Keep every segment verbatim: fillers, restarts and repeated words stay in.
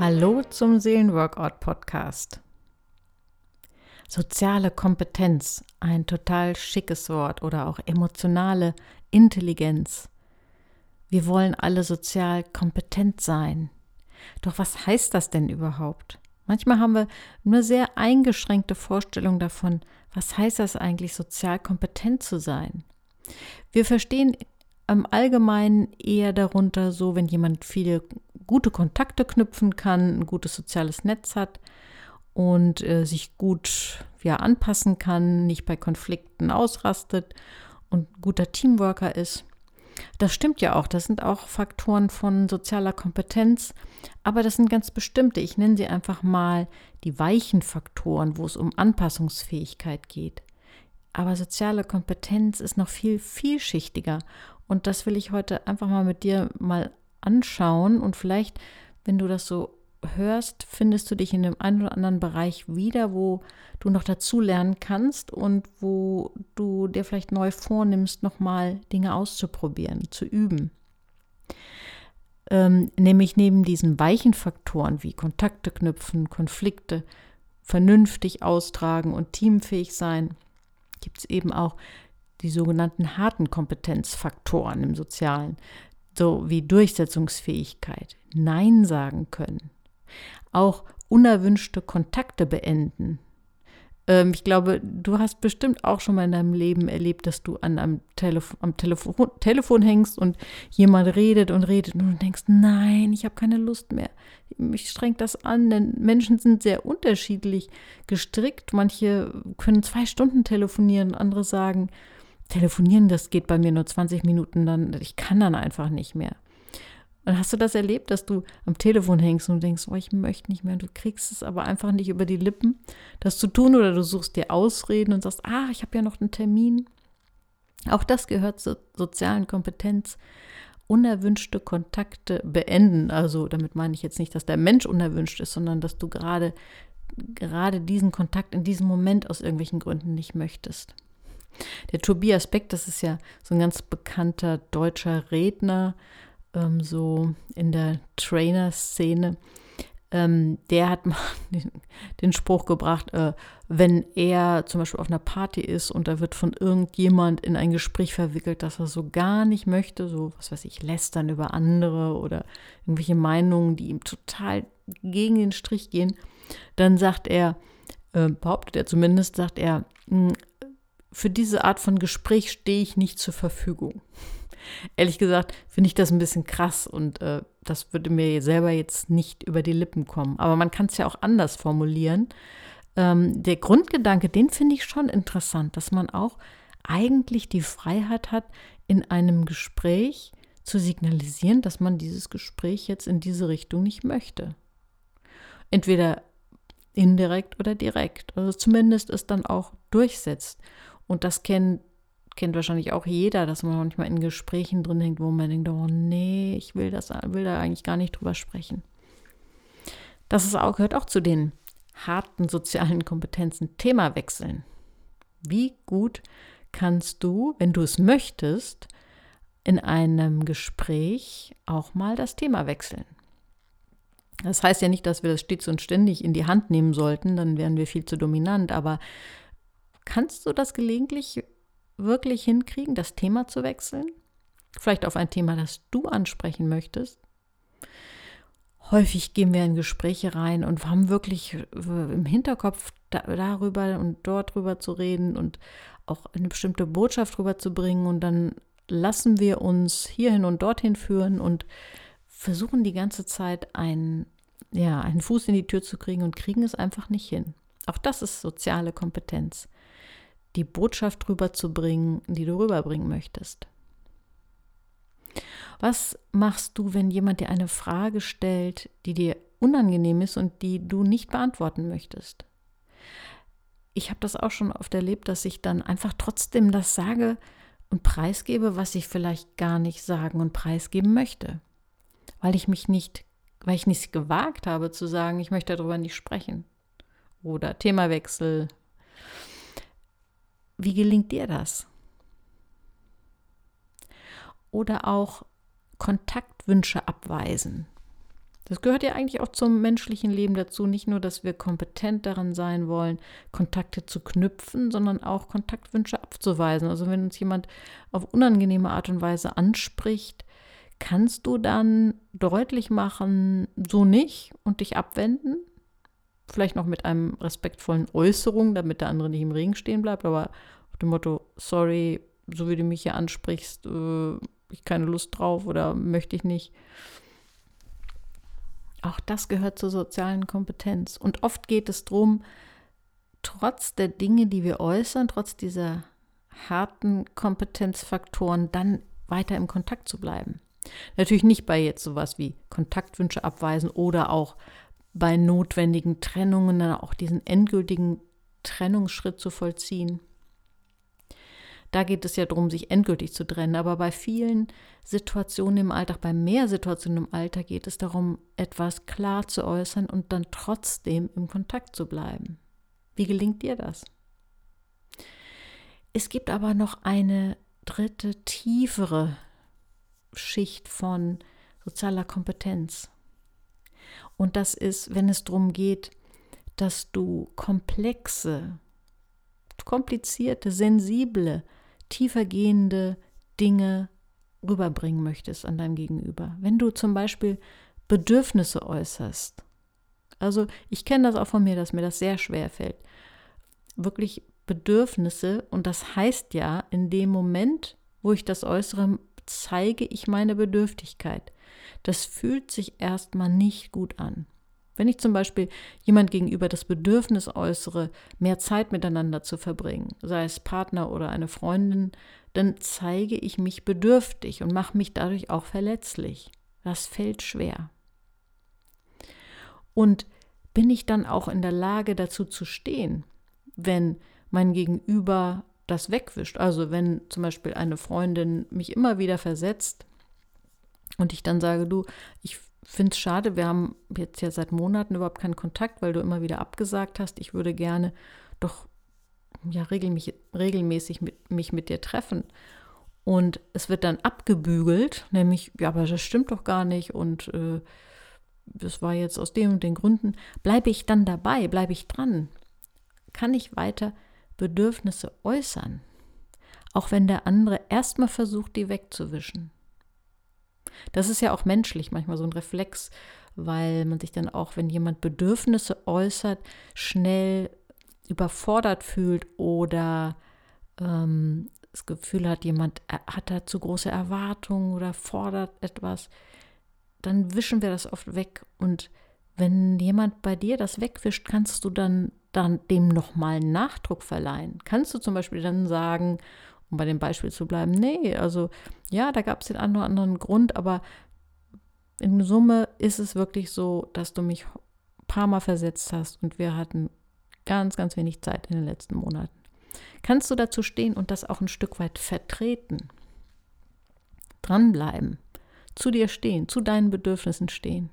Hallo zum Seelenworkout-Podcast. Soziale Kompetenz, ein total schickes Wort, oder auch emotionale Intelligenz. Wir wollen alle sozial kompetent sein. Doch was heißt das denn überhaupt? Manchmal haben wir nur sehr eingeschränkte Vorstellungen davon, was heißt das eigentlich, sozial kompetent zu sein. Wir verstehen im Allgemeinen eher darunter so, wenn jemand viele gute Kontakte knüpfen kann, ein gutes soziales Netz hat und äh, sich gut ja, anpassen kann, nicht bei Konflikten ausrastet und ein guter Teamworker ist. Das stimmt ja auch, das sind auch Faktoren von sozialer Kompetenz, aber das sind ganz bestimmte, ich nenne sie einfach mal die weichen Faktoren, wo es um Anpassungsfähigkeit geht. Aber soziale Kompetenz ist noch viel vielschichtiger und das will ich heute einfach mal mit dir mal anschauen und vielleicht, wenn du das so hörst, findest du dich in dem einen oder anderen Bereich wieder, wo du noch dazu lernen kannst und wo du dir vielleicht neu vornimmst, nochmal Dinge auszuprobieren, zu üben. Ähm, nämlich neben diesen weichen Faktoren wie Kontakte knüpfen, Konflikte vernünftig austragen und teamfähig sein, gibt es eben auch die sogenannten harten Kompetenzfaktoren im Sozialen, so wie Durchsetzungsfähigkeit, Nein sagen können, auch unerwünschte Kontakte beenden. Ähm, ich glaube, du hast bestimmt auch schon mal in deinem Leben erlebt, dass du an einem Telefon, am Telefon, Telefon hängst und jemand redet und redet und du denkst, nein, ich habe keine Lust mehr. Mich strengt das an, denn Menschen sind sehr unterschiedlich gestrickt. Manche können zwei Stunden telefonieren, andere sagen, telefonieren, das geht bei mir nur zwanzig Minuten, dann ich kann dann einfach nicht mehr. Und hast du das erlebt, dass du am Telefon hängst und denkst, oh, ich möchte nicht mehr, und du kriegst es aber einfach nicht über die Lippen, das zu tun, oder du suchst dir Ausreden und sagst, ah, ich habe ja noch einen Termin. Auch das gehört zur sozialen Kompetenz. Unerwünschte Kontakte beenden. Also damit meine ich jetzt nicht, dass der Mensch unerwünscht ist, sondern dass du gerade, gerade diesen Kontakt in diesem Moment aus irgendwelchen Gründen nicht möchtest. Der Tobias Beck, das ist ja so ein ganz bekannter deutscher Redner, ähm, so in der Trainer-Szene. Ähm, der hat mal den, den Spruch gebracht, äh, wenn er zum Beispiel auf einer Party ist und da wird von irgendjemand in ein Gespräch verwickelt, das er so gar nicht möchte, so was weiß ich, lästern über andere oder irgendwelche Meinungen, die ihm total gegen den Strich gehen, dann sagt er, äh, behauptet er zumindest, sagt er, mh, für diese Art von Gespräch stehe ich nicht zur Verfügung. Ehrlich gesagt finde ich das ein bisschen krass und äh, das würde mir selber jetzt nicht über die Lippen kommen. Aber man kann es ja auch anders formulieren. Ähm, der Grundgedanke, den finde ich schon interessant, dass man auch eigentlich die Freiheit hat, in einem Gespräch zu signalisieren, dass man dieses Gespräch jetzt in diese Richtung nicht möchte. Entweder indirekt oder direkt. Also zumindest es dann auch durchsetzt. Und das kennt, kennt wahrscheinlich auch jeder, dass man manchmal in Gesprächen drin hängt, wo man denkt, oh nee, ich will, das, will da eigentlich gar nicht drüber sprechen. Das ist auch, gehört auch zu den harten sozialen Kompetenzen. Thema wechseln. Wie gut kannst du, wenn du es möchtest, in einem Gespräch auch mal das Thema wechseln? Das heißt ja nicht, dass wir das stets und ständig in die Hand nehmen sollten, dann wären wir viel zu dominant, aber kannst du das gelegentlich wirklich hinkriegen, das Thema zu wechseln? Vielleicht auf ein Thema, das du ansprechen möchtest? Häufig gehen wir in Gespräche rein und haben wirklich im Hinterkopf da, darüber und dort drüber zu reden und auch eine bestimmte Botschaft rüberzubringen, und dann lassen wir uns hierhin und dorthin führen und versuchen die ganze Zeit einen, ja, einen Fuß in die Tür zu kriegen und kriegen es einfach nicht hin. Auch das ist soziale Kompetenz, die Botschaft rüberzubringen, die du rüberbringen möchtest. Was machst du, wenn jemand dir eine Frage stellt, die dir unangenehm ist und die du nicht beantworten möchtest? Ich habe das auch schon oft erlebt, dass ich dann einfach trotzdem das sage und preisgebe, was ich vielleicht gar nicht sagen und preisgeben möchte. Weil ich mich nicht, weil ich nicht gewagt habe zu sagen, ich möchte darüber nicht sprechen. Oder Themawechsel. Wie gelingt dir das? Oder auch Kontaktwünsche abweisen. Das gehört ja eigentlich auch zum menschlichen Leben dazu. Nicht nur, dass wir kompetent darin sein wollen, Kontakte zu knüpfen, sondern auch Kontaktwünsche abzuweisen. Also wenn uns jemand auf unangenehme Art und Weise anspricht, kannst du dann deutlich machen, so nicht und dich abwenden. Vielleicht noch mit einem respektvollen Äußerung, damit der andere nicht im Regen stehen bleibt, aber auf dem Motto, sorry, so wie du mich hier ansprichst, äh, ich keine Lust drauf oder möchte ich nicht. Auch das gehört zur sozialen Kompetenz. Und oft geht es darum, trotz der Dinge, die wir äußern, trotz dieser harten Kompetenzfaktoren, dann weiter im Kontakt zu bleiben. Natürlich nicht bei jetzt sowas wie Kontaktwünsche abweisen oder auch bei notwendigen Trennungen, dann auch diesen endgültigen Trennungsschritt zu vollziehen. Da geht es ja darum, sich endgültig zu trennen. Aber bei vielen Situationen im Alltag, bei mehr Situationen im Alltag geht es darum, etwas klar zu äußern und dann trotzdem im Kontakt zu bleiben. Wie gelingt dir das? Es gibt aber noch eine dritte, tiefere Schicht von sozialer Kompetenz. Und das ist, wenn es darum geht, dass du komplexe, komplizierte, sensible, tiefergehende Dinge rüberbringen möchtest an deinem Gegenüber. Wenn du zum Beispiel Bedürfnisse äußerst. Also ich kenne das auch von mir, dass mir das sehr schwer fällt. Wirklich Bedürfnisse, und das heißt ja, in dem Moment, wo ich das äußere, zeige ich meine Bedürftigkeit. Das fühlt sich erstmal nicht gut an. Wenn ich zum Beispiel jemand gegenüber das Bedürfnis äußere, mehr Zeit miteinander zu verbringen, sei es Partner oder eine Freundin, dann zeige ich mich bedürftig und mache mich dadurch auch verletzlich. Das fällt schwer. Und bin ich dann auch in der Lage, dazu zu stehen, wenn mein Gegenüber das wegwischt? Also wenn zum Beispiel eine Freundin mich immer wieder versetzt und ich dann sage, du, ich finde es schade, wir haben jetzt ja seit Monaten überhaupt keinen Kontakt, weil du immer wieder abgesagt hast. Ich würde gerne doch ja regelmäßig, regelmäßig mit, mich mit dir treffen. Und es wird dann abgebügelt, nämlich, ja, aber das stimmt doch gar nicht und äh, das war jetzt aus den und den Gründen. Bleibe ich dann dabei? Bleibe ich dran? Kann ich weiter Bedürfnisse äußern? Auch wenn der andere erstmal versucht, die wegzuwischen. Das ist ja auch menschlich, manchmal so ein Reflex, weil man sich dann auch, wenn jemand Bedürfnisse äußert, schnell überfordert fühlt oder ähm, das Gefühl hat, jemand hat da zu große Erwartungen oder fordert etwas, dann wischen wir das oft weg. Und wenn jemand bei dir das wegwischt, kannst du dann, dann dem nochmal Nachdruck verleihen. Kannst du zum Beispiel dann sagen, um bei dem Beispiel zu bleiben, nee, also ja, da gab es den einen oder anderen Grund, aber in Summe ist es wirklich so, dass du mich ein paar Mal versetzt hast und wir hatten ganz, ganz wenig Zeit in den letzten Monaten. Kannst du dazu stehen und das auch ein Stück weit vertreten? Dranbleiben, zu dir stehen, zu deinen Bedürfnissen stehen.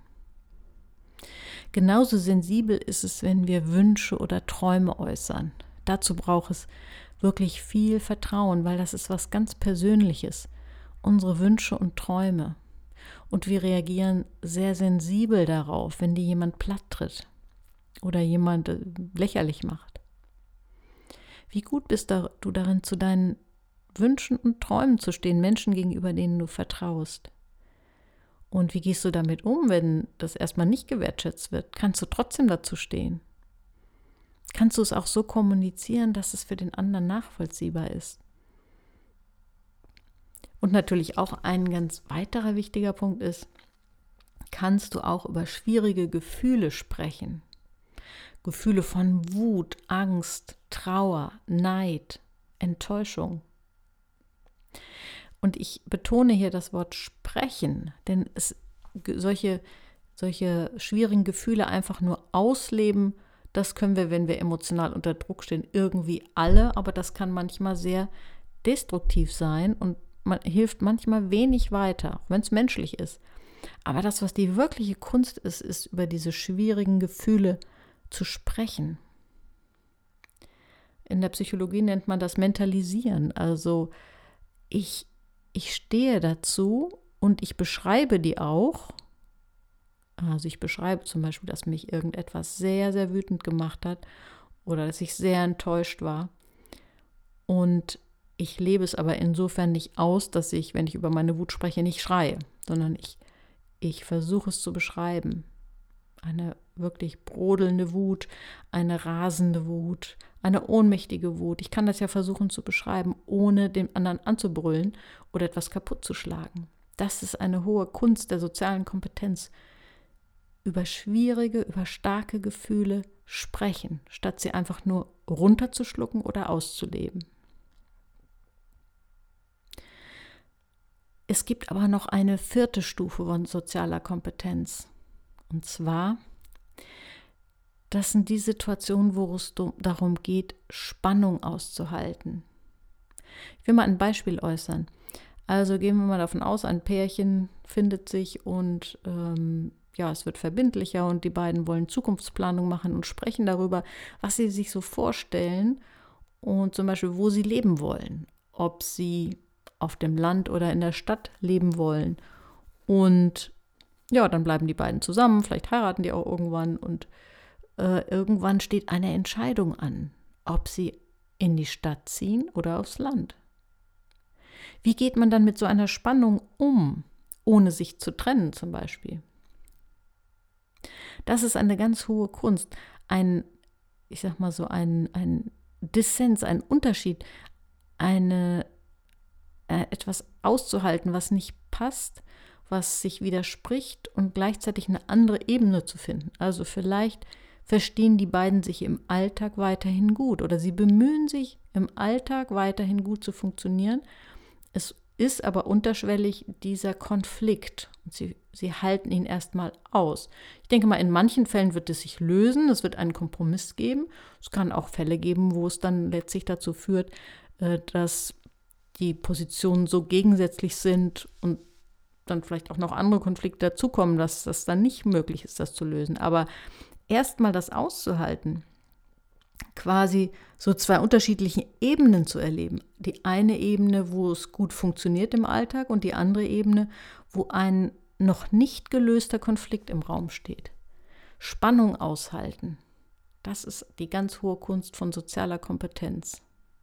Genauso sensibel ist es, wenn wir Wünsche oder Träume äußern. Dazu braucht es wirklich viel Vertrauen, weil das ist was ganz Persönliches. Unsere Wünsche und Träume. Und wir reagieren sehr sensibel darauf, wenn dir jemand platt tritt oder jemand lächerlich macht. Wie gut bist du darin, zu deinen Wünschen und Träumen zu stehen, Menschen gegenüber, denen du vertraust? Und wie gehst du damit um, wenn das erstmal nicht gewertschätzt wird? Kannst du trotzdem dazu stehen? Kannst du es auch so kommunizieren, dass es für den anderen nachvollziehbar ist? Und natürlich auch ein ganz weiterer wichtiger Punkt ist, kannst du auch über schwierige Gefühle sprechen? Gefühle von Wut, Angst, Trauer, Neid, Enttäuschung. Und ich betone hier das Wort sprechen, denn es, solche, solche schwierigen Gefühle einfach nur ausleben, das können wir, wenn wir emotional unter Druck stehen, irgendwie alle, aber das kann manchmal sehr destruktiv sein und man hilft manchmal wenig weiter, wenn es menschlich ist. Aber das, was die wirkliche Kunst ist, ist über diese schwierigen Gefühle zu sprechen. In der Psychologie nennt man das Mentalisieren. Also ich, ich stehe dazu und ich beschreibe die auch, Also ich beschreibe zum Beispiel, dass mich irgendetwas sehr, sehr wütend gemacht hat oder dass ich sehr enttäuscht war. Und ich lebe es aber insofern nicht aus, dass ich, wenn ich über meine Wut spreche, nicht schreie, sondern ich, ich versuche es zu beschreiben. Eine wirklich brodelnde Wut, eine rasende Wut, eine ohnmächtige Wut. Ich kann das ja versuchen zu beschreiben, ohne den anderen anzubrüllen oder etwas kaputt zu schlagen. Das ist eine hohe Kunst der sozialen Kompetenz. Über schwierige, über starke Gefühle sprechen, statt sie einfach nur runterzuschlucken oder auszuleben. Es gibt aber noch eine vierte Stufe von sozialer Kompetenz. Und zwar, das sind die Situationen, wo es darum geht, Spannung auszuhalten. Ich will mal ein Beispiel äußern. Also gehen wir mal davon aus, ein Pärchen findet sich und ähm, ja, es wird verbindlicher und die beiden wollen Zukunftsplanung machen und sprechen darüber, was sie sich so vorstellen und zum Beispiel, wo sie leben wollen. Ob sie auf dem Land oder in der Stadt leben wollen. Und ja, dann bleiben die beiden zusammen, vielleicht heiraten die auch irgendwann und äh, irgendwann steht eine Entscheidung an, ob sie in die Stadt ziehen oder aufs Land. Wie geht man dann mit so einer Spannung um, ohne sich zu trennen zum Beispiel? Das ist eine ganz hohe Kunst, ein, ich sag mal so, ein, ein Dissens, ein Unterschied, eine, äh, etwas auszuhalten, was nicht passt, was sich widerspricht und gleichzeitig eine andere Ebene zu finden. Also vielleicht verstehen die beiden sich im Alltag weiterhin gut oder sie bemühen sich, im Alltag weiterhin gut zu funktionieren. Es ist aber unterschwellig dieser Konflikt und sie, sie halten ihn erstmal aus. Ich denke mal, in manchen Fällen wird es sich lösen, es wird einen Kompromiss geben. Es kann auch Fälle geben, wo es dann letztlich dazu führt, dass die Positionen so gegensätzlich sind und dann vielleicht auch noch andere Konflikte dazukommen, dass das dann nicht möglich ist, das zu lösen. Aber erstmal das auszuhalten, quasi so zwei unterschiedliche Ebenen zu erleben. Die eine Ebene, wo es gut funktioniert im Alltag und die andere Ebene, wo ein noch nicht gelöster Konflikt im Raum steht. Spannung aushalten, das ist die ganz hohe Kunst von sozialer Kompetenz.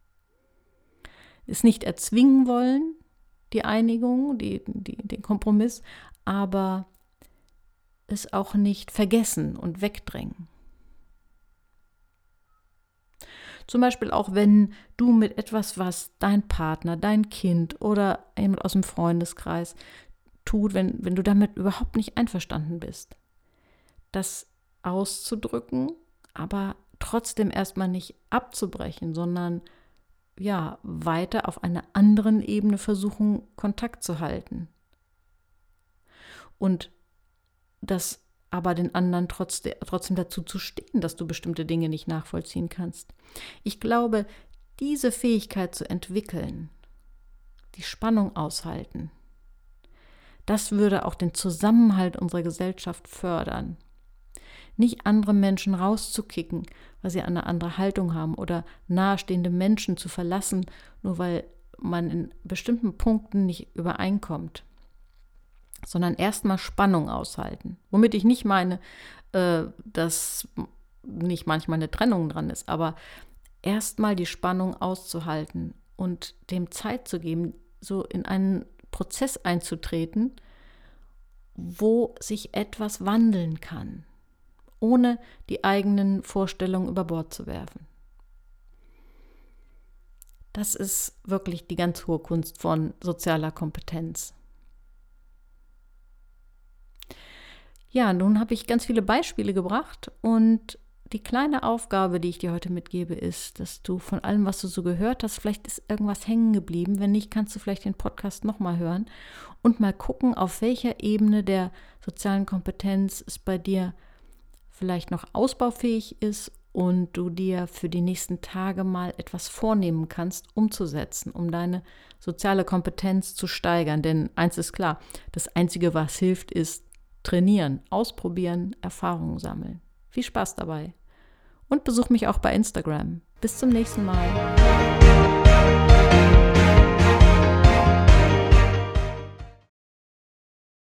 Es nicht erzwingen wollen, die Einigung, die, die, den Kompromiss, aber es auch nicht vergessen und wegdrängen. Zum Beispiel auch, wenn du mit etwas, was dein Partner, dein Kind oder jemand aus dem Freundeskreis tut, wenn, wenn du damit überhaupt nicht einverstanden bist. Das auszudrücken, aber trotzdem erstmal nicht abzubrechen, sondern ja, weiter auf einer anderen Ebene versuchen, Kontakt zu halten. Und das aber den anderen trotzdem, trotzdem dazu zu stehen, dass du bestimmte Dinge nicht nachvollziehen kannst. Ich glaube, diese Fähigkeit zu entwickeln, die Spannung aushalten, das würde auch den Zusammenhalt unserer Gesellschaft fördern. Nicht andere Menschen rauszukicken, weil sie eine andere Haltung haben oder nahestehende Menschen zu verlassen, nur weil man in bestimmten Punkten nicht übereinkommt, sondern erstmal Spannung aushalten. Womit ich nicht meine, äh, dass nicht manchmal eine Trennung dran ist, aber erstmal die Spannung auszuhalten und dem Zeit zu geben, so in einen Prozess einzutreten, wo sich etwas wandeln kann, ohne die eigenen Vorstellungen über Bord zu werfen. Das ist wirklich die ganz hohe Kunst von sozialer Kompetenz. Ja, nun habe ich ganz viele Beispiele gebracht und die kleine Aufgabe, die ich dir heute mitgebe, ist, dass du von allem, was du so gehört hast, vielleicht ist irgendwas hängen geblieben. Wenn nicht, kannst du vielleicht den Podcast nochmal hören und mal gucken, auf welcher Ebene der sozialen Kompetenz es bei dir vielleicht noch ausbaufähig ist und du dir für die nächsten Tage mal etwas vornehmen kannst, umzusetzen, um deine soziale Kompetenz zu steigern. Denn eins ist klar, das Einzige, was hilft, ist trainieren, ausprobieren, Erfahrungen sammeln. Viel Spaß dabei und besuch mich auch bei Instagram. Bis zum nächsten Mal.